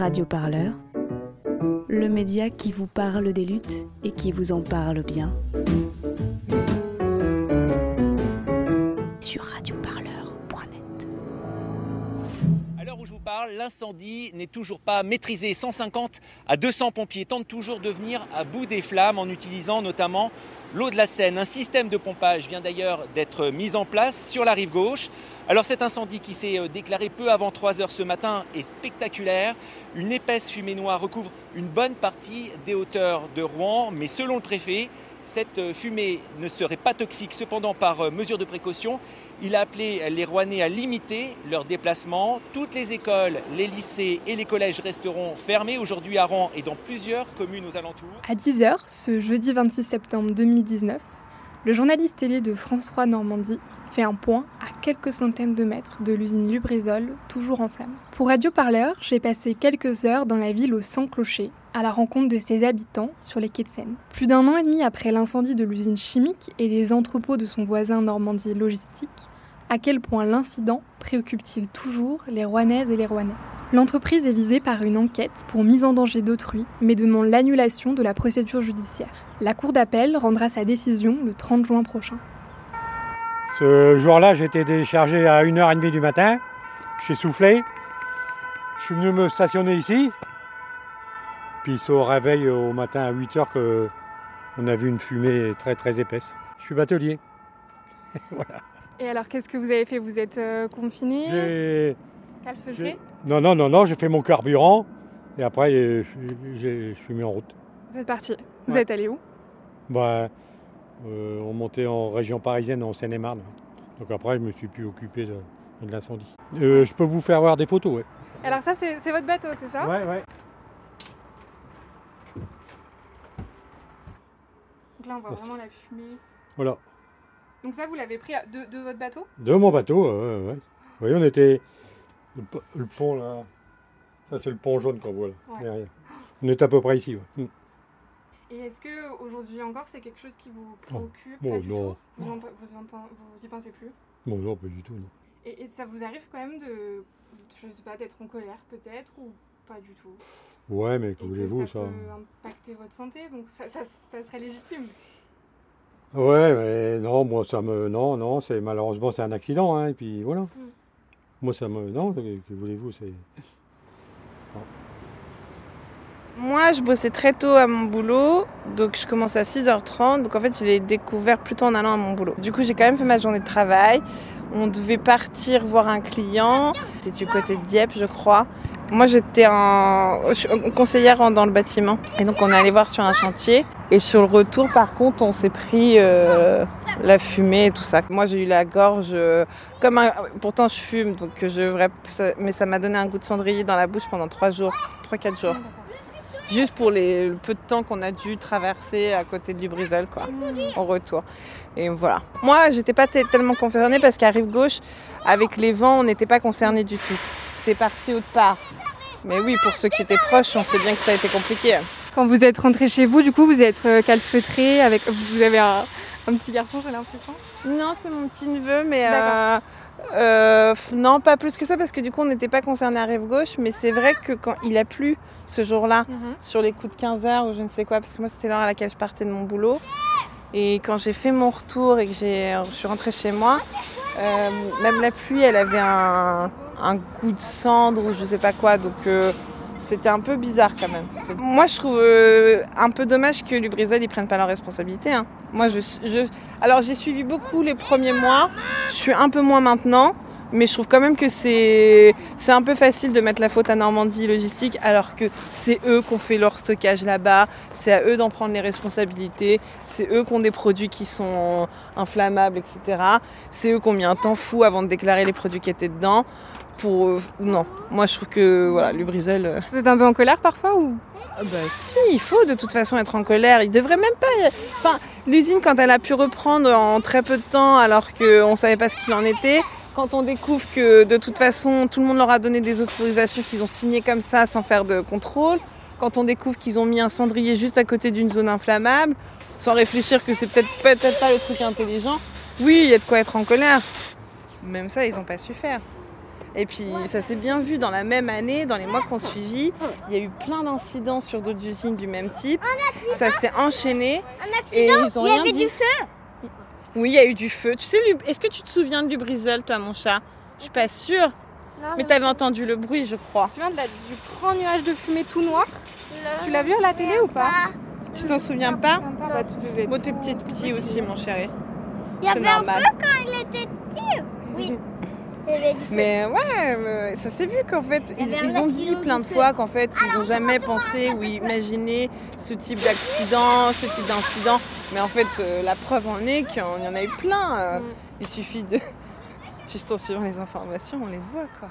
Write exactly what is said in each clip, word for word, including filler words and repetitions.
Radio Parleur, le média qui vous parle des luttes et qui vous en parle bien. Sur radioparleur point net. À l'heure où je vous parle, l'incendie n'est toujours pas maîtrisé. cent cinquante à deux cents pompiers tentent toujours de venir à bout des flammes en utilisant notamment l'eau de la Seine. Un système de pompage vient d'ailleurs d'être mis en place sur la rive gauche. Alors cet incendie qui s'est déclaré peu avant trois heures ce matin est spectaculaire. Une épaisse fumée noire recouvre une bonne partie des hauteurs de Rouen. Mais selon le préfet, cette fumée ne serait pas toxique. Cependant, par mesure de précaution, il a appelé les Rouennais à limiter leurs déplacements. Toutes les écoles, les lycées et les collèges resteront fermés aujourd'hui à Rouen et dans plusieurs communes aux alentours. À dix heures, ce jeudi vingt-six septembre deux mille dix-neuf, le journaliste télé de France trois Normandie fait un point à quelques centaines de mètres de l'usine Lubrizol, toujours en flammes. Pour Radio Parleur, j'ai passé quelques heures dans la ville au sans clocher, à la rencontre de ses habitants sur les quais de Seine. Plus d'un an et demi après l'incendie de l'usine chimique et des entrepôts de son voisin Normandie Logistique, à quel point l'incident préoccupe-t-il toujours les Rouennaises et les Rouennais ? L'entreprise est visée par une enquête pour mise en danger d'autrui, mais demande l'annulation de la procédure judiciaire. La Cour d'appel rendra sa décision le trente juin prochain. Ce jour-là, j'étais déchargé à une heure trente du matin. J'ai soufflé. Je suis venu me stationner ici. Puis c'est au réveil au matin à huit heures qu'on a vu une fumée très très épaisse. Je suis batelier. Voilà. Et alors, qu'est-ce que vous avez fait ? Vous êtes euh, confiné ? J'ai... Calfeutré ? Non, non, non, non, j'ai fait mon carburant. Et après, je, je, je suis mis en route. Vous êtes parti. Vous Ouais. êtes allé où ? Bah, euh, on montait en région parisienne, en Seine-et-Marne. Donc après, je me suis plus occupé de, de l'incendie. Euh, je peux vous faire voir des photos, ouais. Alors ça, c'est, c'est votre bateau, c'est ça ? Ouais, ouais. Donc là, on voit Merci. vraiment la fumée. Voilà. Donc ça, vous l'avez pris de, de votre bateau ? De mon bateau, euh, ouais. Vous voyez, on était... Le, po- le pont, là... Ça, c'est le pont jaune qu'on voit, là, Ouais. derrière. On est à peu près ici, ouais. Mm. Et est-ce que aujourd'hui encore, c'est quelque chose qui vous préoccupe ? bon, Pas du non. tout ? Vous, en, vous, en, vous y pensez plus ? Bon, non, pas du tout, non. Et, et ça vous arrive quand même de, je sais pas, d'être en colère peut-être ou pas du tout ? Ouais, mais que Et voulez-vous, que ça, ça... peut impacter votre santé, donc ça, ça, ça serait légitime. Ouais, mais non, moi, ça me... Non, non, c'est... Malheureusement, c'est un accident, hein, et puis voilà. Mm. Moi, ça me... Non, que, que voulez-vous, c'est... Moi, je bossais très tôt à mon boulot, donc je commence à six heures trente, donc en fait, je l'ai découvert plutôt en allant à mon boulot. Du coup, j'ai quand même fait ma journée de travail. On devait partir voir un client, c'était du côté de Dieppe, je crois. Moi, j'étais en... je suis conseillère en- dans le bâtiment, et donc on est allé voir sur un chantier. Et sur le retour, par contre, on s'est pris euh, la fumée et tout ça. Moi, j'ai eu la gorge, euh, comme un... pourtant je fume, donc je devrais... ça- mais ça m'a donné un goût de cendrier dans la bouche pendant trois jours, trois quatre jours. Juste pour les, le peu de temps qu'on a dû traverser à côté de Lubrizol, quoi, au retour. Et voilà. Moi, j'étais pas t- tellement concernée parce qu'à rive gauche, avec les vents, on n'était pas concernés du tout. C'est parti autre part. Mais oui, pour ceux qui étaient proches, on sait bien que ça a été compliqué. Quand vous êtes rentré chez vous, du coup, vous êtes euh, calfeutré, avec, vous avez un, un petit garçon, j'ai l'impression. Non, c'est mon petit neveu, mais D'accord. euh, euh, non, pas plus que ça parce que du coup, on n'était pas concernés à rive gauche. Mais c'est vrai que quand il a plu ce jour-là, sur les coups de quinze heures ou je ne sais quoi, parce que moi c'était l'heure à laquelle je partais de mon boulot. Et quand j'ai fait mon retour et que j'ai, je suis rentrée chez moi, euh, même la pluie, elle avait un, un goût de cendre ou je sais pas quoi, donc euh, c'était un peu bizarre quand même. C'est- Moi je trouve euh, un peu dommage que Lubrizol ils prennent pas leurs responsabilités. Hein. Moi je, je, alors j'ai suivi beaucoup les premiers mois, je suis un peu moins maintenant. Mais je trouve quand même que c'est, c'est un peu facile de mettre la faute à Normandie Logistique alors que c'est eux qui ont fait leur stockage là-bas, c'est à eux d'en prendre les responsabilités, c'est eux qui ont des produits qui sont inflammables, et cetera. C'est eux qui ont mis un temps fou avant de déclarer les produits qui étaient dedans. Pour, euh, non, moi je trouve que voilà, Lubrizol... euh, Vous êtes un peu en colère parfois ou ? ah bah si, il faut de toute façon être en colère. Il devrait même pas... Enfin, l'usine, quand elle a pu reprendre en très peu de temps alors qu'on ne savait pas ce qu'il en était... Quand on découvre que de toute façon tout le monde leur a donné des autorisations qu'ils ont signées comme ça sans faire de contrôle, quand on découvre qu'ils ont mis un cendrier juste à côté d'une zone inflammable, sans réfléchir que c'est peut-être, peut-être pas le truc intelligent, oui, il y a de quoi être en colère. Même ça, ils n'ont pas su faire. Et puis ça s'est bien vu dans la même année, dans les mois qu'on suivit. Il y a eu plein d'incidents sur d'autres usines du même type. Ça s'est enchaîné. Et ils ont il y rien avait dit. du feu. Oui, il y a eu du feu. Tu sais, est-ce que tu te souviens de Lubrizol, toi, mon chat? Je suis pas sûre. Non, Mais t'avais entendu le bruit, je crois. Tu te souviens de la- du grand nuage de fumée tout noir? Tu l'as vu à la télé ou pas? Tu t'en souviens pas? Bah, tu devais Bon, être t'es tout- petit, tout petit aussi, mon chéri. Il y C'est avait un normal. feu quand il était petit. Oui. Il y avait du feu. Mais ouais, euh, ça s'est vu qu'en fait, Il y ils, avait un ils ont accident dit de plein de feu. fois qu'en fait, ils n'ont jamais pensé ou imaginé ce type d'accident, ce type d'incident. Mais en fait, euh, la preuve en est qu'il y en a eu plein. euh, Mm. Il suffit de... Juste en suivant les informations, on les voit, quoi.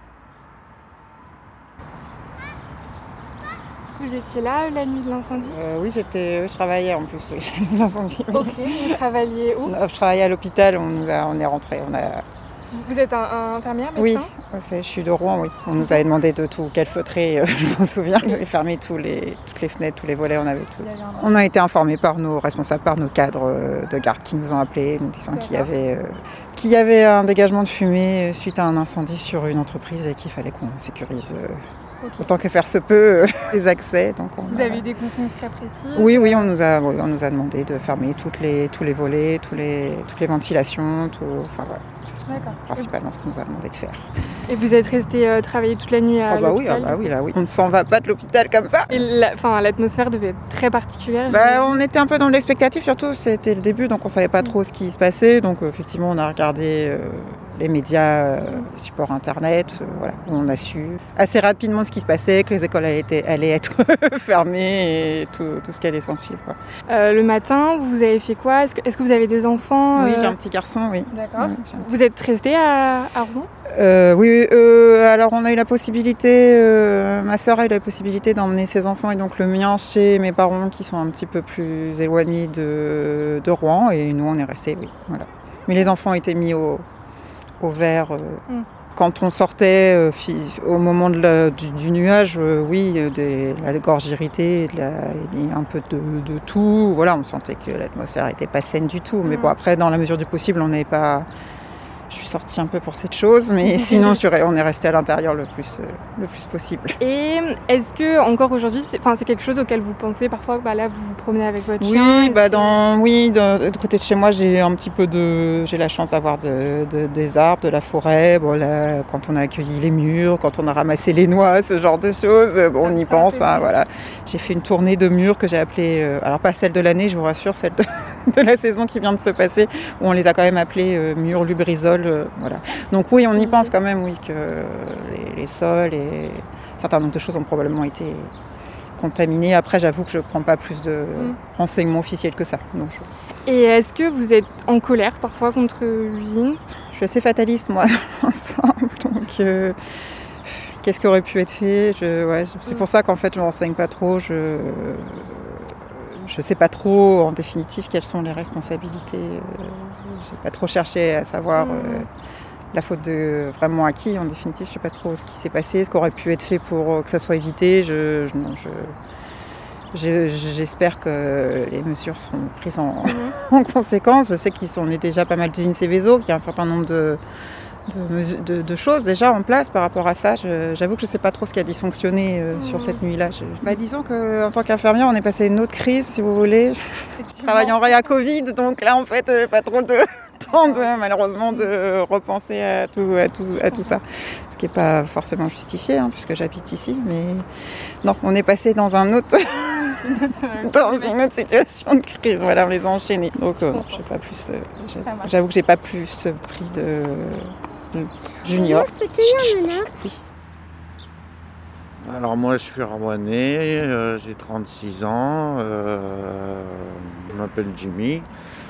Vous étiez là euh, la nuit de l'incendie? Euh, oui, j'étais, je travaillais en plus, oui, l'incendie. Oui. Ok, vous travailliez où? Je travaillais à l'hôpital, on, nous a- on est rentré. On a... Vous êtes un, un infirmière, Oui, médecin? c'est- je suis de Rouen, oui. On nous avait demandé de tout calfeutrer, euh, je m'en souviens, et fermer tous les, toutes les fenêtres, tous les volets, on avait tout. Il y avait un- On a été informés par nos responsables, par nos cadres euh, de garde qui nous ont appelés, nous disant qu'il y avait, euh, qu'il y avait un dégagement de fumée euh, suite à un incendie sur une entreprise et qu'il fallait qu'on sécurise euh, Ok. autant que faire se peut euh, les accès. Donc on Vous a- avez eu des consignes très précises? Oui, oui, on nous a, oui, on nous a demandé de fermer toutes les, tous les volets, tous les, toutes les ventilations, tout, enfin voilà, c'est ce qu'on- D'accord. principalement ce qu'on nous a demandé de faire. Et vous êtes resté euh, travailler toute la nuit à Ah bah oui, ah l'hôpital? bah oui, là oui. On ne s'en va pas de l'hôpital comme ça. Et la- enfin, l'atmosphère devait être très particulière. Bah, j'imagine. on était un peu dans l'expectative, surtout c'était le début, donc on savait pas trop ce qui se passait. Donc euh, effectivement, on a regardé euh, les médias, euh, les supports internet, euh, voilà, où on a su assez rapidement ce qui se passait, que les écoles allaient, être- allaient être fermées et tout, tout ce qui allait s'en suivre, quoi. Euh, le matin, vous avez fait quoi? Est-ce que, est-ce que vous avez des enfants? Oui, euh, j'ai un petit garçon, oui. D'accord. Oui, j'ai un Vous êtes resté à, à Rouen? Euh, oui, oui, euh, alors on a eu la possibilité, euh, ma sœur a eu la possibilité d'emmener ses enfants et donc le mien chez mes parents qui sont un petit peu plus éloignés de, de Rouen et nous on est restés, oui, voilà. Mais les enfants étaient mis au, au vert euh, Mm. quand on sortait euh, fi- au moment de la- du, du nuage, euh, oui, euh, des, la gorge irritée, de la- et un peu de, de tout, voilà, on sentait que l'atmosphère n'était pas saine du tout, mais Mm. bon après dans la mesure du possible on n'avait pas... Je suis sortie un peu pour cette chose, mais sinon je dirais, on est resté à l'intérieur le plus, euh, le plus possible. Et est-ce que encore aujourd'hui, c'est, enfin, c'est quelque chose auquel vous pensez parfois? Bah là, vous vous promenez avec votre chien. Oui, est-ce bah que- dans, oui, de, de côté de chez moi, j'ai un petit peu de, j'ai la chance d'avoir de, de- des arbres, de la forêt. Bon là, quand on a accueilli les murs, quand on a ramassé les noix, ce genre de choses, bon, Ça on y te fera pense. Hein, plaisir. voilà. J'ai fait une tournée de murs que j'ai appelée, euh, alors pas celle de l'année, je vous rassure, celle de, de la saison qui vient de se passer, où on les a quand même appelés euh, murs Lubrizol, euh, voilà. Donc oui, on y pense quand même, oui, que les, les sols et un certain nombre de choses ont probablement été contaminées. Après, j'avoue que je ne prends pas plus de Mm. renseignements officiels que ça. Donc, je, Et est-ce que vous êtes en colère parfois contre l'usine? je suis assez fataliste, moi, dans l'ensemble. Donc, euh, qu'est-ce qui aurait pu être fait? Je, ouais, je- C'est Mm. pour ça qu'en fait, je ne me renseigne pas trop. Je ne sais pas trop, en définitive, quelles sont les responsabilités. Euh, je n'ai pas trop cherché à savoir... Mm. euh, la faute de vraiment à qui, en définitive, je ne sais pas trop ce qui s'est passé, ce qui aurait pu être fait pour euh, que ça soit évité. Je, je- non, je- je- j'espère que les mesures seront prises en, en conséquence. Je sais qu'on est déjà pas mal d'usines Céveso, qu'il y a un certain nombre de, de, mesu- de- de choses déjà en place par rapport à ça. Je- j'avoue que je ne sais pas trop ce qui a dysfonctionné euh, sur Mhm. cette nuit-là. Je- bah, disons qu'en tant qu'infirmière, on est passé à une autre crise, si vous voulez. Je travaille en réa Covid, donc là, en fait, euh, pas trop de temps, de, malheureusement, de repenser à tout, à tout, à tout ça. Ce qui n'est pas forcément justifié, hein, puisque j'habite ici. Mais non, on est passé dans un autre, dans une autre situation de crise. Voilà, on les a enchaînés. Donc, euh, non, j'ai pas plus. euh, j'ai- Ça marche. j'avoue que j'ai pas plus pris de, de junior. Je peux te dire, Mona? Oui. Alors moi je suis rouennais, euh, j'ai trente-six ans, euh, je m'appelle Jimmy.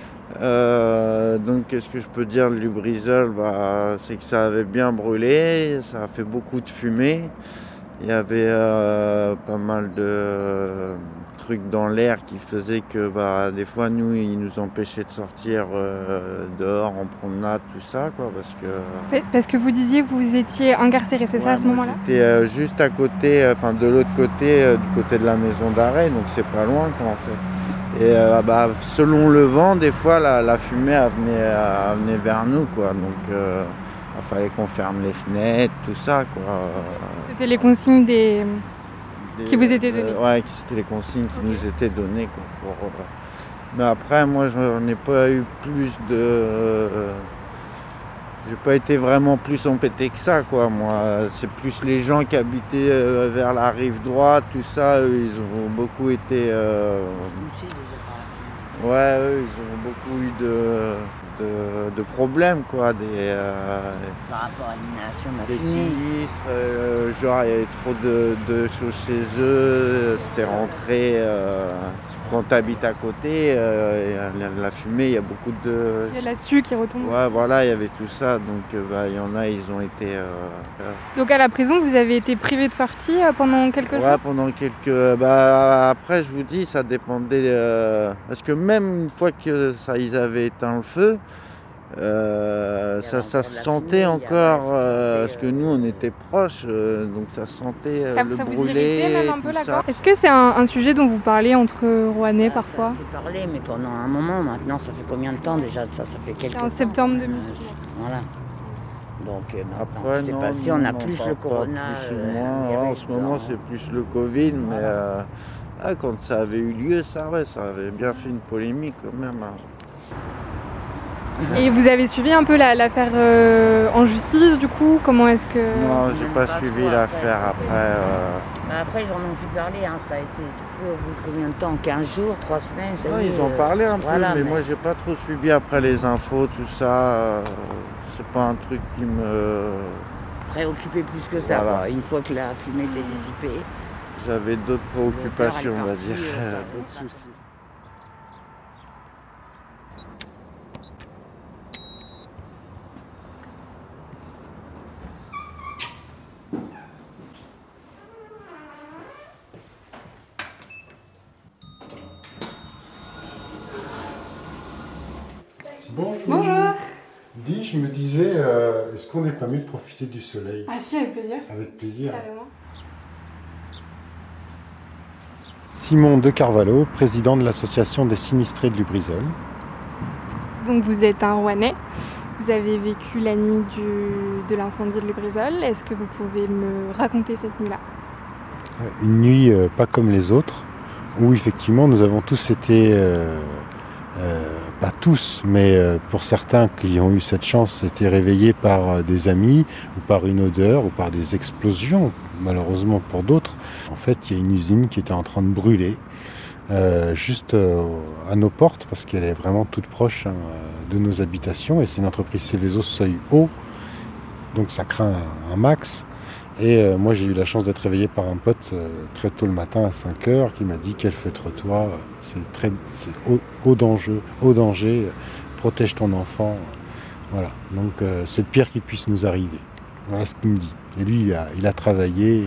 Euh, donc qu'est-ce que je peux dire de Lubrizol? Bah, c'est que ça avait bien brûlé, ça a fait beaucoup de fumée. Il y avait euh, pas mal de trucs dans l'air qui faisaient que bah, des fois nous ils nous empêchaient de sortir euh, dehors en promenade, tout ça quoi, parce que... Pa- Parce que vous disiez que vous étiez incarcéré, c'est ça Ouais, à ce moi, moment-là? J'étais euh, juste à côté, euh, enfin de l'autre côté, euh, du côté de la maison d'arrêt, donc c'est pas loin quoi en fait. Et euh, bah, selon le vent, des fois la, la fumée elle venait, elle venait vers nous quoi. Donc euh, Il fallait qu'on ferme les fenêtres, tout ça, quoi. C'était les consignes des... Des- Qui vous étaient de- données. Ouais, qui- c'était les consignes qui Ok. nous étaient données, quoi, pour, euh, mais après, moi, j'en ai pas eu plus de... J'ai pas été vraiment plus embêté que ça, quoi, moi. C'est plus les gens qui habitaient euh, vers la rive droite, tout ça, eux, ils ont beaucoup été... euh, Ouais, eux, ils ont beaucoup eu de, de, de problèmes, quoi, des... euh, Par rapport à l'inhalation de la des fumée. sinistres, euh, genre il y avait trop de, de choses chez eux, c'était rentré, euh, quand tu habites à côté, euh, y a la, la fumée, il y a beaucoup de... Il y a la SU qui retombe. Ouais, voilà, il y avait tout ça, donc euh, bah, il y en a, ils ont été... euh, Donc à la prison, vous avez été privé de sortie euh, pendant quelques ouais, jours. pendant quelques... Bah, après, je vous dis, ça dépendait... euh, Parce que même une fois que ça, ils avaient éteint le feu, euh, Il y ça, avait ça encore se de la sentait fumée, il y avait- encore, ça euh, sentait, parce que euh, nous, on était proches, euh, donc ça sentait euh, Ça, le ça vous brûler, irritait même un peu tout la ça. gorge. Est-ce que c'est un, un sujet dont vous parlez entre Rouennais Ah, parfois Ça s'est parlé, mais pendant un moment maintenant, ça fait combien de temps déjà de ça? Ça fait quelques en temps. septembre Euh, deux mille dix-neuf. Voilà. Donc euh, maintenant, Après, c'est non, passé, non, on a on plus parle le pas corona. plus ou euh, moins. il y Ouais, avait en ce le moment, temps. c'est plus le Covid, mais Voilà. euh, ah, quand ça avait eu lieu, ça, ouais, ça avait bien fait une polémique quand même. hein. Et vous avez suivi un peu la- l'affaire euh, en justice du coup? Comment est-ce que... Non, j'ai même pas, pas suivi trop l'affaire après, ça, c'est- après. euh, Bah, après, j'en ai plus parlé, hein, ça a été étouffé au bout de combien de temps? quinze jours, trois semaines, ça non, y est, ils ont euh, parlé un peu, voilà, mais, mais- moi, j'ai pas trop suivi après les infos, tout ça. euh, c'est pas un truc qui me. préoccupé plus que ça. Voilà. Quoi. Une fois que la fumée était dissipée, J'avais d'autres préoccupations, on va partie, dire, euh, ça- d'autres ça- soucis. Bonjour. Bonjour. Dis, je me disais, euh, est-ce qu'on n'est pas mieux de profiter du soleil? Ah si, avec plaisir. Avec plaisir. Carrément. Simon de Carvalho, président de l'association des sinistrés de Lubrizol. Donc vous êtes un Rouennais. Vous avez vécu la nuit du, de l'incendie de Lubrizol. Est-ce que vous pouvez me raconter cette nuit-là? Une nuit euh, pas comme les autres, où effectivement nous avons tous été, euh, euh, pas tous, mais euh, pour certains qui ont eu cette chance, été réveillés par euh, des amis, ou par une odeur, ou par des explosions, malheureusement pour d'autres. En fait, il y a une usine qui était en train de brûler, euh, juste euh, à nos portes, parce qu'elle est vraiment toute proche hein, de nos habitations, et c'est une entreprise Seveso seuil haut, donc ça craint un, un max. Et euh, moi j'ai eu la chance d'être réveillé par un pote euh, très tôt le matin à cinq heures qui m'a dit quel feutre-toi, euh, c'est très c'est haut, haut danger, haut danger, euh, protège ton enfant. euh, voilà, donc euh, c'est le pire qui puisse nous arriver. Voilà ce qu'il me dit. Et lui il a, il a travaillé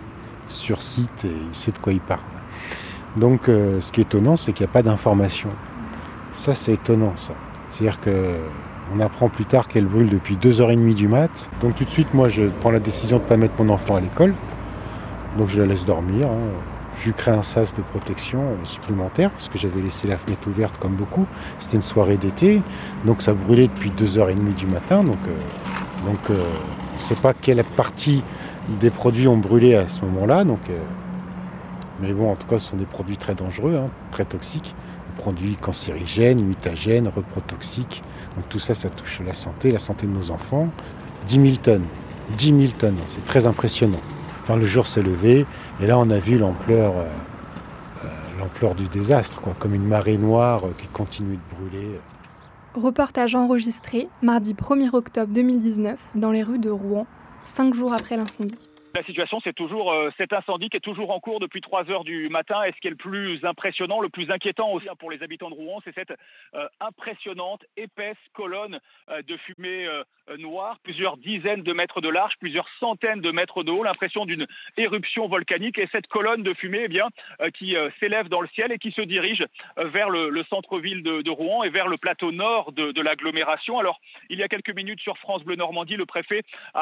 sur site et il sait de quoi il parle. Donc euh, ce qui est étonnant c'est qu'il n'y a pas d'information. Ça c'est étonnant ça. C'est-à-dire que on apprend plus tard qu'elle brûle depuis deux heures trente du mat. Donc tout de suite, moi, je prends la décision de ne pas mettre mon enfant à l'école. Donc je la laisse dormir. Hein. Je lui crée un sas de protection euh, supplémentaire parce que j'avais laissé la fenêtre ouverte comme beaucoup. C'était une soirée d'été. Donc ça brûlait depuis deux heures trente du matin. Donc, euh, donc euh, on ne sait pas quelle partie des produits ont brûlé à ce moment-là. Donc, euh, mais bon, en tout cas, ce sont des produits très dangereux, hein, très toxiques. Des produits cancérigènes, mutagènes, reprotoxiques. Donc tout ça, ça touche la santé, la santé de nos enfants. dix mille tonnes. dix mille tonnes, c'est très impressionnant. Enfin, le jour s'est levé, et là, on a vu l'ampleur, euh, euh, l'ampleur du désastre, quoi, comme une marée noire euh, qui continue de brûler. Reportage enregistré mardi premier octobre deux mille dix-neuf dans les rues de Rouen, cinq jours après l'incendie. La situation, c'est toujours euh, cet incendie qui est toujours en cours depuis trois heures du matin. Et ce qui est le plus impressionnant, le plus inquiétant aussi pour les habitants de Rouen, c'est cette euh, impressionnante, épaisse colonne euh, de fumée euh, noire, plusieurs dizaines de mètres de large, plusieurs centaines de mètres de haut, l'impression d'une éruption volcanique. Et cette colonne de fumée, eh bien, euh, qui euh, s'élève dans le ciel et qui se dirige euh, vers le, le centre-ville de, de Rouen et vers le plateau nord de, de l'agglomération. Alors, il y a quelques minutes sur France Bleu Normandie, le préfet a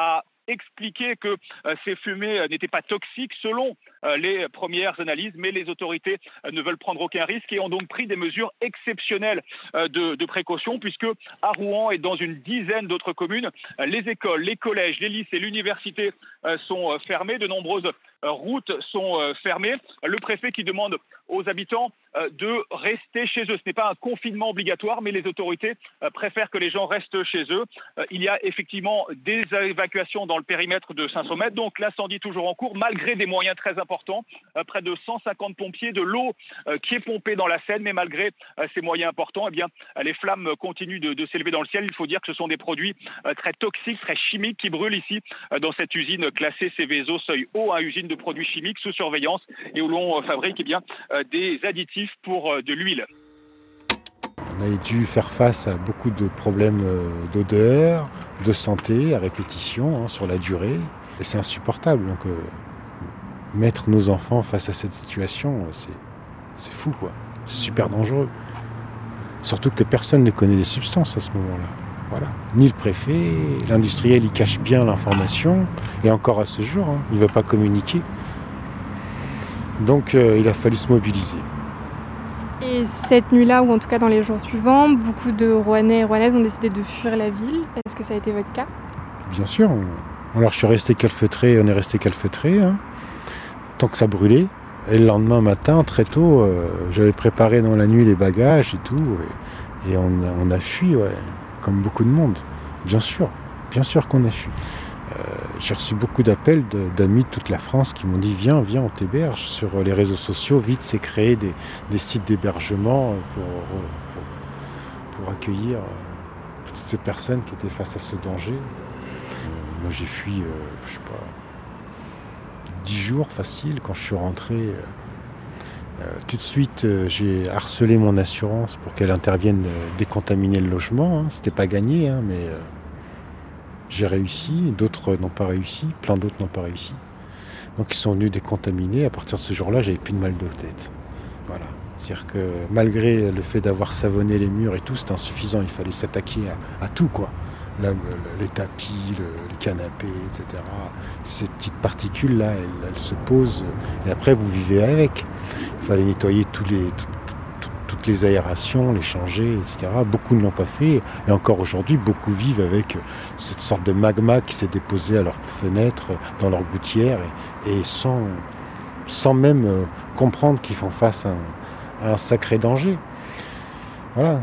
expliqué que euh, ces fumées euh, n'étaient pas toxiques selon euh, les premières analyses, mais les autorités euh, ne veulent prendre aucun risque et ont donc pris des mesures exceptionnelles euh, de, de précaution, puisque à Rouen et dans une dizaine d'autres communes, euh, les écoles, les collèges, les lycées, l'université euh, sont euh, fermés, de nombreuses euh, routes sont euh, fermées. Le préfet qui demande aux habitants euh, de rester chez eux. Ce n'est pas un confinement obligatoire, mais les autorités euh, préfèrent que les gens restent chez eux. Euh, il y a effectivement des évacuations dans le périmètre de Saint-Sommet, donc l'incendie toujours en cours, malgré des moyens très importants. Euh, près de cent cinquante pompiers, de l'eau euh, qui est pompée dans la Seine, mais malgré euh, ces moyens importants, eh bien, les flammes continuent de, de s'élever dans le ciel. Il faut dire que ce sont des produits euh, très toxiques, très chimiques qui brûlent ici euh, dans cette usine classée Céveso Seuil Haut, hein, usine de produits chimiques sous surveillance et où l'on euh, fabrique eh bien, euh, des additifs pour euh, de l'huile. On a dû faire face à beaucoup de problèmes d'odeur, de santé à répétition, hein, sur la durée. Et c'est insupportable. Donc, euh, mettre nos enfants face à cette situation, c'est, c'est fou, quoi. C'est super dangereux. Surtout que personne ne connaît les substances à ce moment-là. Voilà. Ni le préfet, l'industriel, il cache bien l'information. Et encore à ce jour, hein, il ne veut pas communiquer. Donc, euh, il a fallu se mobiliser. Et cette nuit-là, ou en tout cas dans les jours suivants, beaucoup de Rouennais et Rouennaises ont décidé de fuir la ville. Est-ce que ça a été votre cas ? Bien sûr. Alors je suis resté calfeutré, on est resté calfeutré, hein, tant que ça brûlait. Et le lendemain matin, très tôt, euh, j'avais préparé dans la nuit les bagages et tout. Et, et on, a, on a fui, ouais, comme beaucoup de monde. Bien sûr, bien sûr qu'on a fui. Euh, j'ai reçu beaucoup d'appels de, d'amis de toute la France qui m'ont dit « Viens, viens, on t'héberge ». Sur les réseaux sociaux, vite, c'est créé des, des sites d'hébergement pour, pour, pour accueillir toutes ces personnes qui étaient face à ce danger. Euh, moi, j'ai fui, euh, je sais pas, dix jours facile. Quand je suis rentré, euh, euh, tout de suite, euh, j'ai harcelé mon assurance pour qu'elle intervienne euh, décontaminer le logement. Hein. C'était pas gagné, hein, mais... Euh, j'ai réussi, d'autres n'ont pas réussi, plein d'autres n'ont pas réussi. Donc ils sont venus décontaminer. À partir de ce jour-là, j'avais plus de mal de tête. Voilà. C'est-à-dire que malgré le fait d'avoir savonné les murs et tout, c'était insuffisant. Il fallait s'attaquer à, à tout, quoi. Là, les tapis, le, les canapés, et cetera. Ces petites particules-là, elles, elles se posent. Et après, vous vivez avec. Il fallait nettoyer tous les... Tout, toutes les aérations, les changer, et cetera. Beaucoup ne l'ont pas fait. Et encore aujourd'hui, beaucoup vivent avec cette sorte de magma qui s'est déposé à leurs fenêtres, dans leurs gouttières, et, et sans, sans même euh, comprendre qu'ils font face à un, à un sacré danger. Voilà.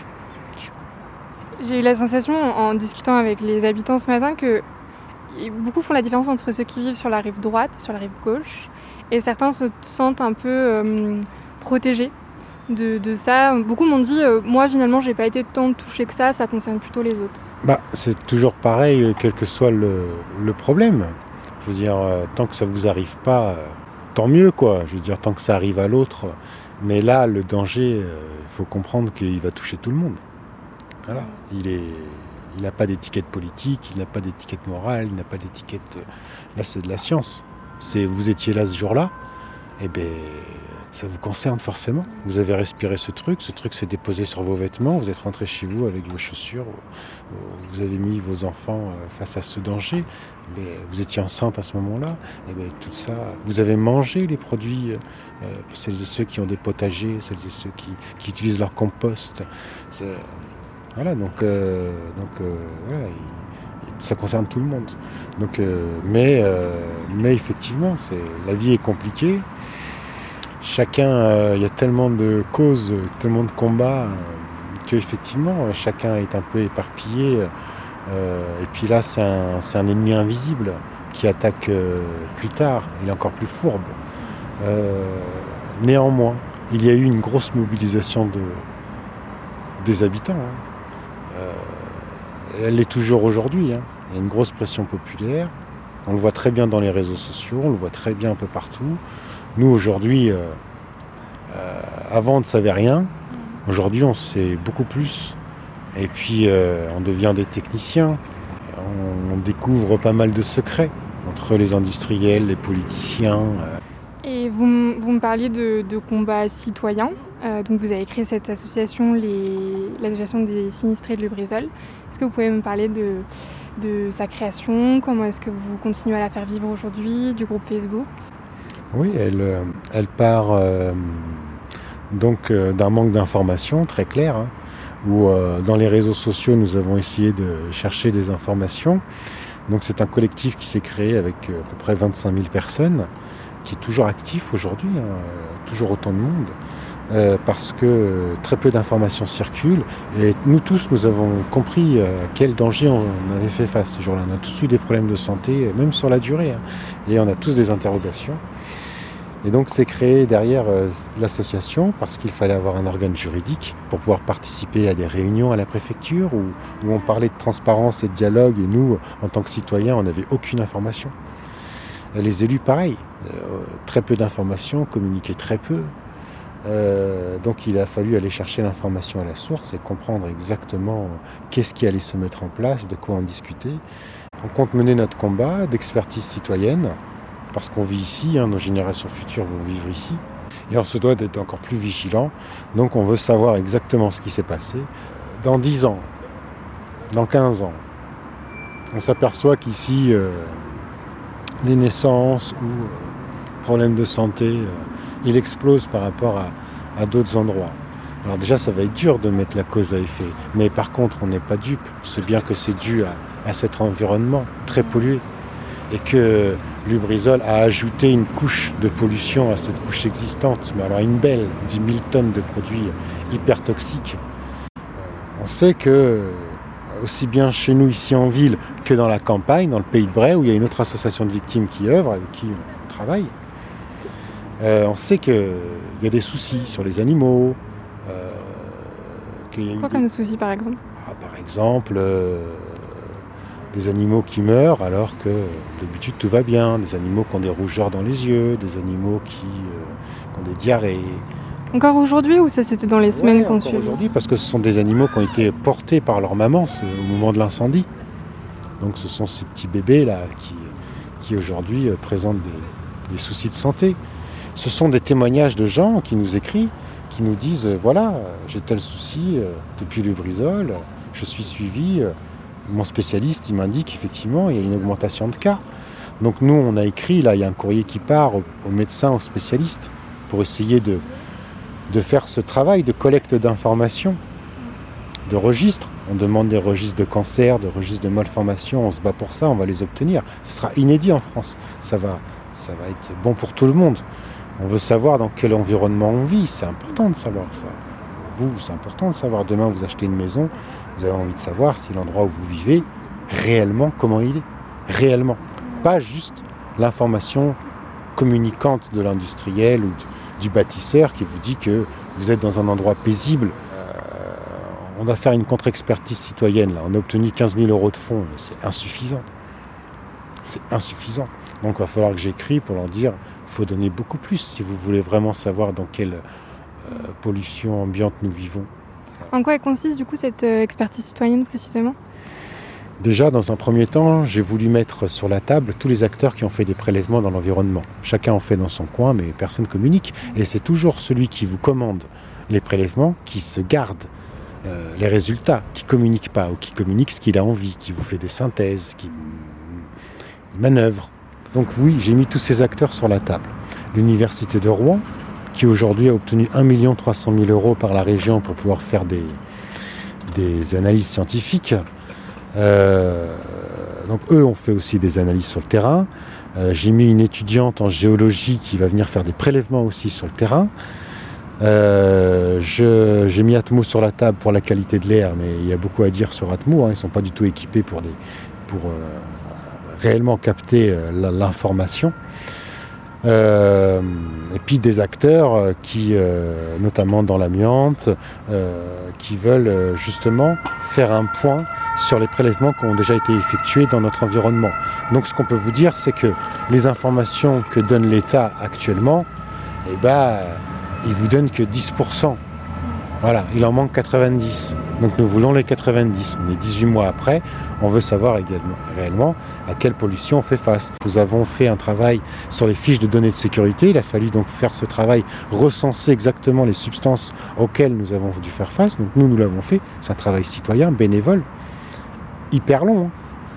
J'ai eu la sensation, en discutant avec les habitants ce matin, que beaucoup font la différence entre ceux qui vivent sur la rive droite et sur la rive gauche. Et certains se sentent un peu euh, protégés De, de ça. Beaucoup m'ont dit euh, moi finalement j'ai pas été tant touchée que ça, ça concerne plutôt les autres. Bah c'est toujours pareil, quel que soit le, le problème. Je veux dire, euh, tant que ça vous arrive pas, euh, tant mieux quoi. Je veux dire, tant que ça arrive à l'autre. Mais là, le danger, il euh, faut comprendre qu'il va toucher tout le monde. Voilà. Il est, il n'a pas d'étiquette politique, il n'a pas d'étiquette morale, il n'a pas d'étiquette. Là, c'est de la science. C'est vous étiez là ce jour-là, et ben. Ça vous concerne forcément. Vous avez respiré ce truc, ce truc s'est déposé sur vos vêtements, vous êtes rentré chez vous avec vos chaussures, vous avez mis vos enfants face à ce danger, mais vous étiez enceinte à ce moment-là, et bien tout ça, vous avez mangé les produits, euh, celles et ceux qui ont des potagers, celles et ceux qui, qui utilisent leur compost. C'est, voilà, donc, euh, donc euh, voilà, ça concerne tout le monde. Donc, euh, mais, euh, mais effectivement, c'est, la vie est compliquée. Chacun, il euh, y a tellement de causes, tellement de combats, euh, qu'effectivement, chacun est un peu éparpillé. Euh, et puis là, c'est un, c'est un ennemi invisible qui attaque euh, plus tard. Il est encore plus fourbe. Euh, néanmoins, il y a eu une grosse mobilisation de, des habitants. Hein. Euh, elle l'est toujours aujourd'hui. Hein. Il y a une grosse pression populaire. On le voit très bien dans les réseaux sociaux, on le voit très bien un peu partout. Nous, aujourd'hui, euh, euh, avant, on ne savait rien. Aujourd'hui, on sait beaucoup plus. Et puis, euh, on devient des techniciens. On, on découvre pas mal de secrets entre les industriels, les politiciens. Euh. Et vous, m- vous me parliez de, de combats citoyens. Euh, donc, vous avez créé cette association, les, l'association des sinistrés de Lubrizol. Est-ce que vous pouvez me parler de, de sa création? Comment est-ce que vous continuez à la faire vivre aujourd'hui, du groupe Facebook? Oui, elle, elle part euh, donc euh, d'un manque d'informations très clair, hein, où euh, dans les réseaux sociaux, nous avons essayé de chercher des informations. Donc c'est un collectif qui s'est créé avec euh, à peu près vingt-cinq mille personnes, qui est toujours actif aujourd'hui, hein, toujours autant de monde, euh, parce que euh, très peu d'informations circulent. Et nous tous, nous avons compris euh, quel danger on avait fait face ce jour-là. On a tous eu des problèmes de santé, même sur la durée, hein, et on a tous des interrogations. Et donc c'est créé derrière euh, l'association parce qu'il fallait avoir un organe juridique pour pouvoir participer à des réunions à la préfecture où, où on parlait de transparence et de dialogue, et nous, en tant que citoyens, on n'avait aucune information. Les élus, pareil, euh, très peu d'informations, communiquaient très peu. Euh, donc il a fallu aller chercher l'information à la source et comprendre exactement qu'est-ce qui allait se mettre en place, de quoi en discuter. On compte mener notre combat d'expertise citoyenne, parce qu'on vit ici, hein, nos générations futures vont vivre ici. Et on se doit d'être encore plus vigilants. Donc on veut savoir exactement ce qui s'est passé. Dans dix ans, dans quinze ans, on s'aperçoit qu'ici, euh, les naissances ou euh, problèmes de santé, euh, il explose par rapport à, à d'autres endroits. Alors déjà, ça va être dur de mettre la cause à effet. Mais par contre, on n'est pas dupe. C'est bien que c'est dû à, à cet environnement très pollué. Et que Lubrizol a ajouté une couche de pollution à cette couche existante. Mais alors une belle, dix mille tonnes de produits hyper toxiques. Euh, on sait que, aussi bien chez nous ici en ville que dans la campagne, dans le Pays de Bray, où il y a une autre association de victimes qui œuvre, avec qui on travaille, euh, on sait qu'il y a des soucis sur les animaux. Euh, qu'il y a Quoi des... comme soucis par exemple? ah, Par exemple... Euh, des animaux qui meurent alors que d'habitude tout va bien, des animaux qui ont des rougeurs dans les yeux, des animaux qui, euh, qui ont des diarrhées. Encore aujourd'hui ou ça c'était dans les semaines ouais, qu'on suit? Aujourd'hui parce que ce sont des animaux qui ont été portés par leur maman au moment de l'incendie. Donc ce sont ces petits bébés là qui, qui aujourd'hui euh, présentent des, des soucis de santé. Ce sont des témoignages de gens qui nous écrivent, qui nous disent euh, voilà, j'ai tel souci euh, depuis Lubrizol, euh, je suis suivi. Euh, Mon spécialiste, il m'indique effectivement il y a une augmentation de cas. Donc nous, on a écrit, là, il y a un courrier qui part aux, aux médecins, aux spécialistes, pour essayer de, de faire ce travail de collecte d'informations, de registres. On demande des registres de cancer, de registres de malformations, on se bat pour ça, on va les obtenir. Ce sera inédit en France, ça va, ça va être bon pour tout le monde. On veut savoir dans quel environnement on vit, c'est important de savoir ça. Vous, c'est important de savoir, demain vous achetez une maison, vous avez envie de savoir si l'endroit où vous vivez, réellement, comment il est. Réellement. Pas juste l'information communicante de l'industriel ou du, du bâtisseur qui vous dit que vous êtes dans un endroit paisible. Euh, on va faire une contre-expertise citoyenne. Là. On a obtenu quinze mille euros de fonds. Mais c'est insuffisant. C'est insuffisant. Donc il va falloir que j'écris pour leur dire qu'il faut donner beaucoup plus si vous voulez vraiment savoir dans quelle euh, pollution ambiante nous vivons. En quoi elle consiste du coup cette euh, expertise citoyenne précisément? Déjà, dans un premier temps, j'ai voulu mettre sur la table tous les acteurs qui ont fait des prélèvements dans l'environnement. Chacun en fait dans son coin, mais personne ne communique. Et c'est toujours celui qui vous commande les prélèvements qui se garde euh, les résultats, qui ne communique pas ou qui communique ce qu'il a envie, qui vous fait des synthèses, qui manœuvre. Donc oui, j'ai mis tous ces acteurs sur la table. L'Université de Rouen, qui aujourd'hui a obtenu un million trois cent mille euros par la région pour pouvoir faire des, des analyses scientifiques. Euh, donc eux ont fait aussi des analyses sur le terrain. Euh, j'ai mis une étudiante en géologie qui va venir faire des prélèvements aussi sur le terrain. Euh, je, j'ai mis Atmo sur la table pour la qualité de l'air, mais il y a beaucoup à dire sur Atmo. Hein. Ils ne sont pas du tout équipés pour, les, pour euh, réellement capter euh, l'information. Euh, et puis des acteurs euh, qui, euh, notamment dans l'amiante, euh, qui veulent euh, justement faire un point sur les prélèvements qui ont déjà été effectués dans notre environnement. Donc ce qu'on peut vous dire, c'est que les informations que donne l'État actuellement, eh ben, il vous donne que dix pour cent. Voilà, il en manque quatre-vingt-dix. Donc nous voulons les quatre-vingt-dix. On est dix-huit mois après, on veut savoir également, réellement à quelle pollution on fait face. Nous avons fait un travail sur les fiches de données de sécurité. Il a fallu donc faire ce travail, recenser exactement les substances auxquelles nous avons dû faire face. Donc nous, nous l'avons fait. C'est un travail citoyen, bénévole, hyper long. Hein.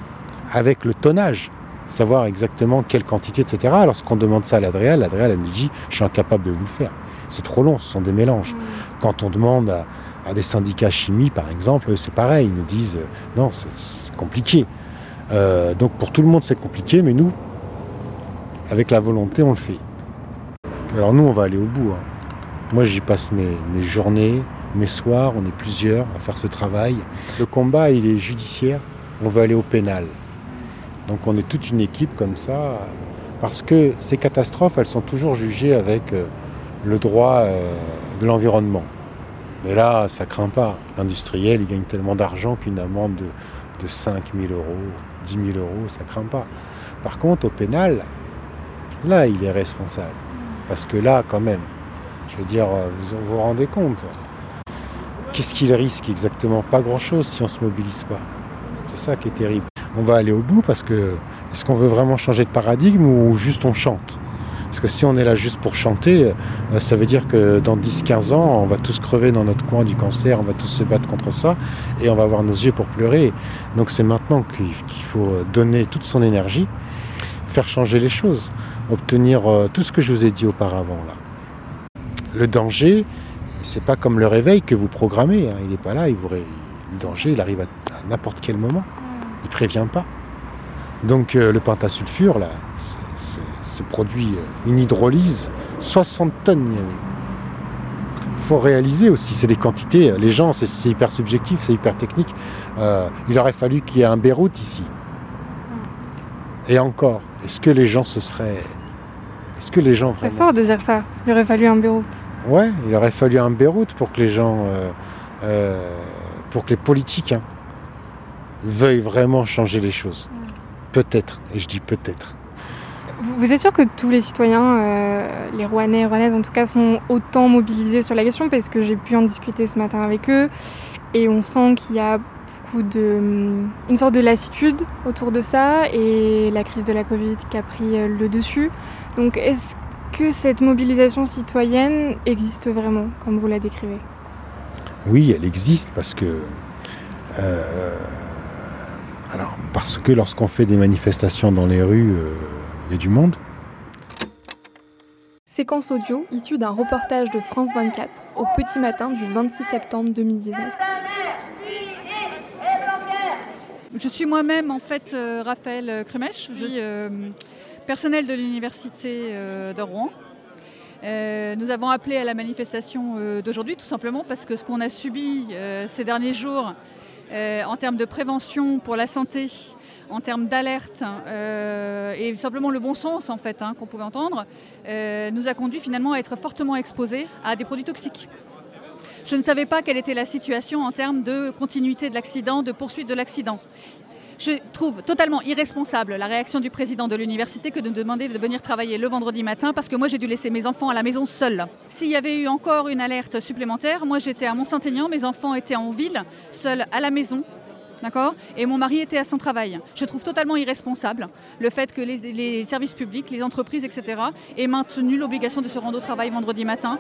avec le tonnage, savoir exactement quelle quantité, et cetera. Lorsqu'on demande ça à l'Adréal, l'Adréal, elle me dit « je suis incapable de vous le faire ». C'est trop long, ce sont des mélanges. Mmh. Quand on demande à, à des syndicats chimie, par exemple, c'est pareil, ils nous disent « non, c'est, c'est compliqué euh, ». Donc pour tout le monde, c'est compliqué, mais nous, avec la volonté, on le fait. Alors nous, on va aller au bout. Hein. Moi, j'y passe mes, mes journées, mes soirs, on est plusieurs à faire ce travail. Le combat, il est judiciaire, on veut aller au pénal. Donc on est toute une équipe comme ça, parce que ces catastrophes, elles sont toujours jugées avec euh, le droit euh, de l'environnement. Mais là, ça craint pas. L'industriel, il gagne tellement d'argent qu'une amende de, de cinq mille euros, dix mille euros, ça craint pas. Par contre, au pénal, là, il est responsable. Parce que là, quand même, je veux dire, vous vous, vous rendez compte, qu'est-ce qu'il risque exactement? Pas grand-chose si on ne se mobilise pas. C'est ça qui est terrible. On va aller au bout parce que, est-ce qu'on veut vraiment changer de paradigme ou juste on chante? Parce que si on est là juste pour chanter, ça veut dire que dans dix à quinze ans, on va tous crever dans notre coin du cancer, on va tous se battre contre ça et on va avoir nos yeux pour pleurer. Donc c'est maintenant qu'il faut donner toute son énergie, faire changer les choses, obtenir tout ce que je vous ai dit auparavant là. Le danger, c'est pas comme le réveil que vous programmez, hein. Il n'est pas là, il vous ré... le danger il arrive à, à n'importe quel moment, il prévient pas. Donc euh, le pentasulfure là, c'est, c'est, c'est produit euh, une hydrolyse, soixante tonnes il y avait. Il faut réaliser aussi, c'est des quantités, les gens, c'est, c'est hyper subjectif, c'est hyper technique. Euh, il aurait fallu qu'il y ait un Beyrouth ici. Et encore, est-ce que les gens se seraient... Est-ce que les gens vraiment... C'est fort de dire ça, il aurait fallu un Beyrouth. Ouais, il aurait fallu un Beyrouth pour que les gens, euh, euh, pour que les politiques hein, veuillent vraiment changer les choses. Mmh. Peut-être, et je dis peut-être. Vous êtes sûr que tous les citoyens, euh, les Rouennais et Rouennaises en tout cas, sont autant mobilisés sur la question? Parce que j'ai pu en discuter ce matin avec eux, et on sent qu'il y a beaucoup de... une sorte de lassitude autour de ça, et la crise de la Covid qui a pris le dessus. Donc est-ce que cette mobilisation citoyenne existe vraiment, comme vous la décrivez? Oui, elle existe parce que... Euh, alors, parce que lorsqu'on fait des manifestations dans les rues, euh, il y a du monde. Séquence audio issue d'un reportage de France vingt-quatre au petit matin du vingt-six septembre deux mille dix-neuf. Je suis moi-même en fait euh, Raphaël Kremech, je suis euh, personnel de l'université euh, de Rouen. Euh, nous avons appelé à la manifestation euh, d'aujourd'hui tout simplement parce que ce qu'on a subi euh, ces derniers jours euh, en termes de prévention pour la santé, en termes d'alerte euh, et simplement le bon sens en fait hein, qu'on pouvait entendre, euh, nous a conduit finalement à être fortement exposés à des produits toxiques. Je ne savais pas quelle était la situation en termes de continuité de l'accident, de poursuite de l'accident. Je trouve totalement irresponsable la réaction du président de l'université que de me demander de venir travailler le vendredi matin parce que moi j'ai dû laisser mes enfants à la maison seuls. S'il y avait eu encore une alerte supplémentaire, moi j'étais à Mont-Saint-Aignan, mes enfants étaient en ville, seuls à la maison. D'accord ? Et mon mari était à son travail. Je trouve totalement irresponsable le fait que les, les services publics, les entreprises, et cetera aient maintenu l'obligation de se rendre au travail vendredi matin.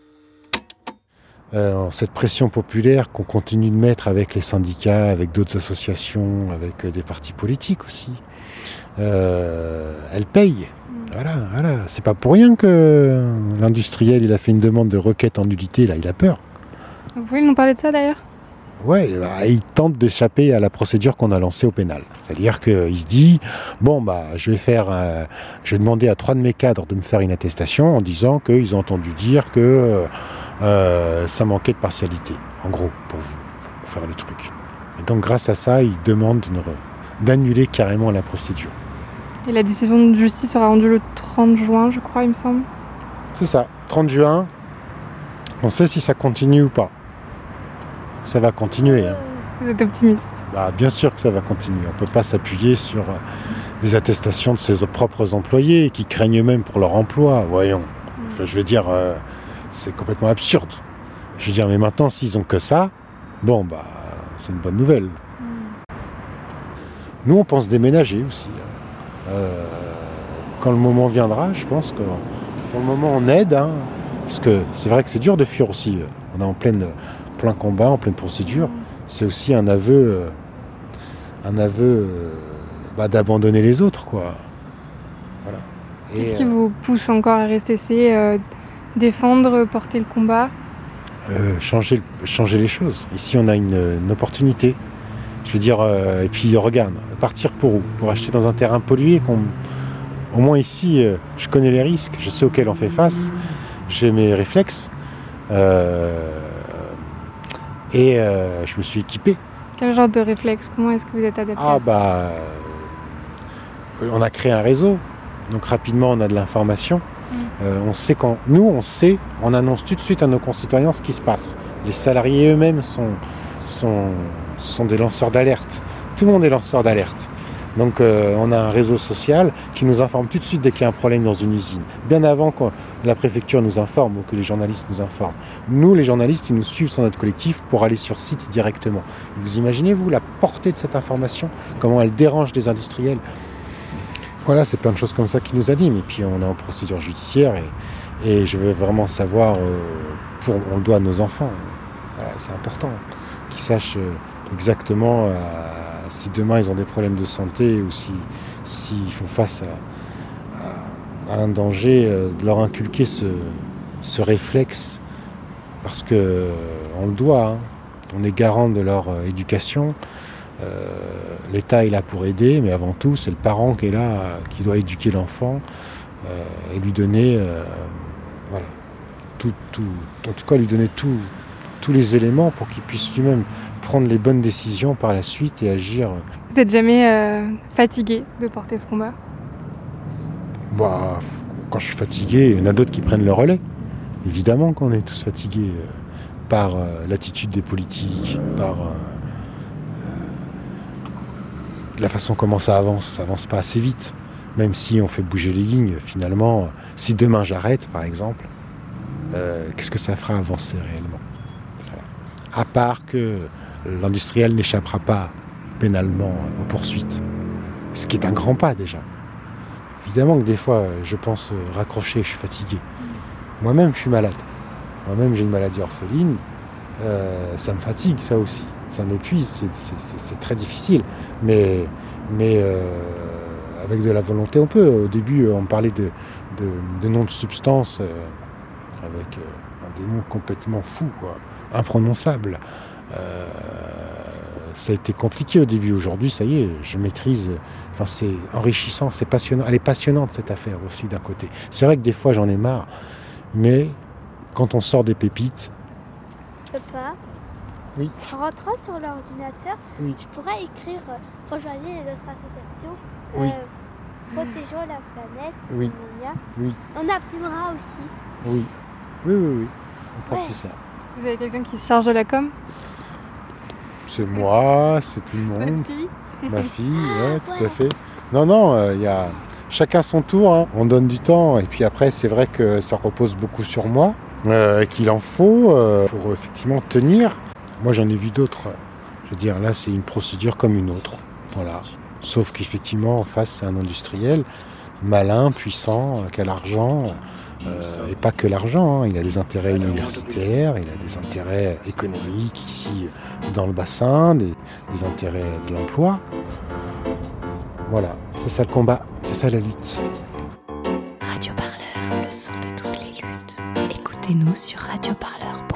Euh, cette pression populaire qu'on continue de mettre avec les syndicats, avec d'autres associations, avec euh, des partis politiques aussi, euh, elle paye. Voilà, voilà. C'est pas pour rien que l'industriel il a fait une demande de requête en nullité, là il a peur. Vous pouvez nous parler de ça d'ailleurs ? Ouais, bah, il tente d'échapper à la procédure qu'on a lancée au pénal. C'est-à-dire qu'il se dit, bon, bah, je vais faire, euh, je vais demander à trois de mes cadres de me faire une attestation en disant qu'ils ont entendu dire que euh, ça manquait de partialité, en gros, pour vous, pour faire le truc. Et donc, grâce à ça, il demande une, d'annuler carrément la procédure. Et la décision de justice sera rendue le trente juin, je crois, il me semble. C'est ça, trente juin. On sait si ça continue ou pas. Ça va continuer. Hein. Vous êtes optimiste ? Bah, bien sûr que ça va continuer. On ne peut pas s'appuyer sur des attestations de ses propres employés qui craignent eux-mêmes pour leur emploi. Voyons. Enfin, je veux dire, euh, c'est complètement absurde. Je veux dire, mais maintenant, s'ils ont que ça, bon, bah, c'est une bonne nouvelle. Mm. Nous, on pense déménager aussi. Euh, quand le moment viendra, je pense que pour le moment, on aide. Hein, parce que c'est vrai que c'est dur de fuir aussi. On est en pleine... plein combat, en pleine procédure, c'est aussi un aveu, euh, un aveu euh, bah, d'abandonner les autres, quoi. Voilà. Et, Qu'est-ce qui vous pousse encore à rester? C'est euh, défendre, porter le combat? euh, changer, changer les choses. Ici, on a une, une opportunité. Je veux dire, euh, et puis regarde, partir pour où? Pour acheter dans un terrain pollué qu'on... Au moins ici, euh, je connais les risques, je sais auxquels on fait face, j'ai mes réflexes, euh, et euh, je me suis équipé. Quel genre de réflexe? Comment est-ce que vous êtes adapté? Ah bah, euh, on a créé un réseau, donc rapidement on a de l'information. Mmh. Euh, on sait quand, nous on sait, on annonce tout de suite à nos concitoyens ce qui se passe. Les salariés eux-mêmes sont, sont, sont des lanceurs d'alerte. Tout le monde est lanceur d'alerte. Donc euh, on a un réseau social qui nous informe tout de suite dès qu'il y a un problème dans une usine. Bien avant que la préfecture nous informe ou que les journalistes nous informent. Nous, les journalistes, ils nous suivent sur notre collectif pour aller sur site directement. Et vous imaginez-vous la portée de cette information? Comment elle dérange les industriels? Voilà, c'est plein de choses comme ça qui nous animent. Et puis on est en procédure judiciaire et, et je veux vraiment savoir, euh, pour, on le doit à nos enfants. Voilà, c'est important qu'ils sachent euh, exactement... Euh, si demain ils ont des problèmes de santé ou si, s'ils font face à, à, à un danger, euh, de leur inculquer ce, ce réflexe, parce que euh, on le doit, hein. On est garant de leur euh, éducation. Euh, L'État est là pour aider, mais avant tout c'est le parent qui est là, euh, qui doit éduquer l'enfant euh, et lui donner, euh, voilà, tout, tout, en tout cas lui donner tout, tous les éléments pour qu'il puisse lui-même prendre les bonnes décisions par la suite et agir. Vous n'êtes jamais euh, fatigué de porter ce combat? Bah, quand je suis fatigué, il y en a d'autres qui prennent le relais. Évidemment qu'on est tous fatigués euh, par euh, l'attitude des politiques, par euh, euh, la façon comment ça avance. Ça avance pas assez vite. Même si on fait bouger les lignes, finalement, si demain j'arrête, par exemple, euh, qu'est-ce que ça fera avancer réellement? Voilà. À part que l'industriel n'échappera pas pénalement aux poursuites. Ce qui est un grand pas déjà. Évidemment que des fois, je pense raccrocher, je suis fatigué. Moi-même, je suis malade. Moi-même, j'ai une maladie orpheline. Euh, ça me fatigue, ça aussi. Ça m'épuise, c'est, c'est, c'est, c'est très difficile. Mais, mais euh, avec de la volonté, on peut. Au début, on parlait de, de, de noms de substances euh, avec euh, des noms complètement fous, quoi, imprononçables. Euh, ça a été compliqué au début. Aujourd'hui, ça y est, je maîtrise. Enfin, c'est enrichissant, c'est passionnant. Elle est passionnante, cette affaire aussi, d'un côté. C'est vrai que des fois, j'en ai marre. Mais quand on sort des pépites... Papa, oui. En rentrant sur l'ordinateur, oui. je pourrais écrire euh, rejoignez les autres associations, euh, oui. protégeons la planète. Oui. Oui. On imprimera aussi. Oui. Oui, oui, oui. On fera Ouais. tout ça. Vous avez quelqu'un qui se charge de la com? C'est moi, c'est tout le monde. Votre fille? Ma fille, ouais, tout à fait. Non, non, il euh, y a chacun son tour. Hein. On donne du temps et puis après, c'est vrai que ça repose beaucoup sur moi, euh, qu'il en faut euh, pour effectivement tenir. Moi, j'en ai vu d'autres. Je veux dire, là, c'est une procédure comme une autre. Voilà. Sauf qu'effectivement, en face, c'est un industriel malin, puissant, qui a l'argent. Euh, et pas que l'argent, hein. Il a des intérêts universitaires, il a des intérêts économiques ici dans le bassin, des, des intérêts de l'emploi. Voilà, c'est ça le combat, c'est ça la lutte. Radio Parleur, le son de toutes les luttes. Écoutez-nous sur radio parleur point com.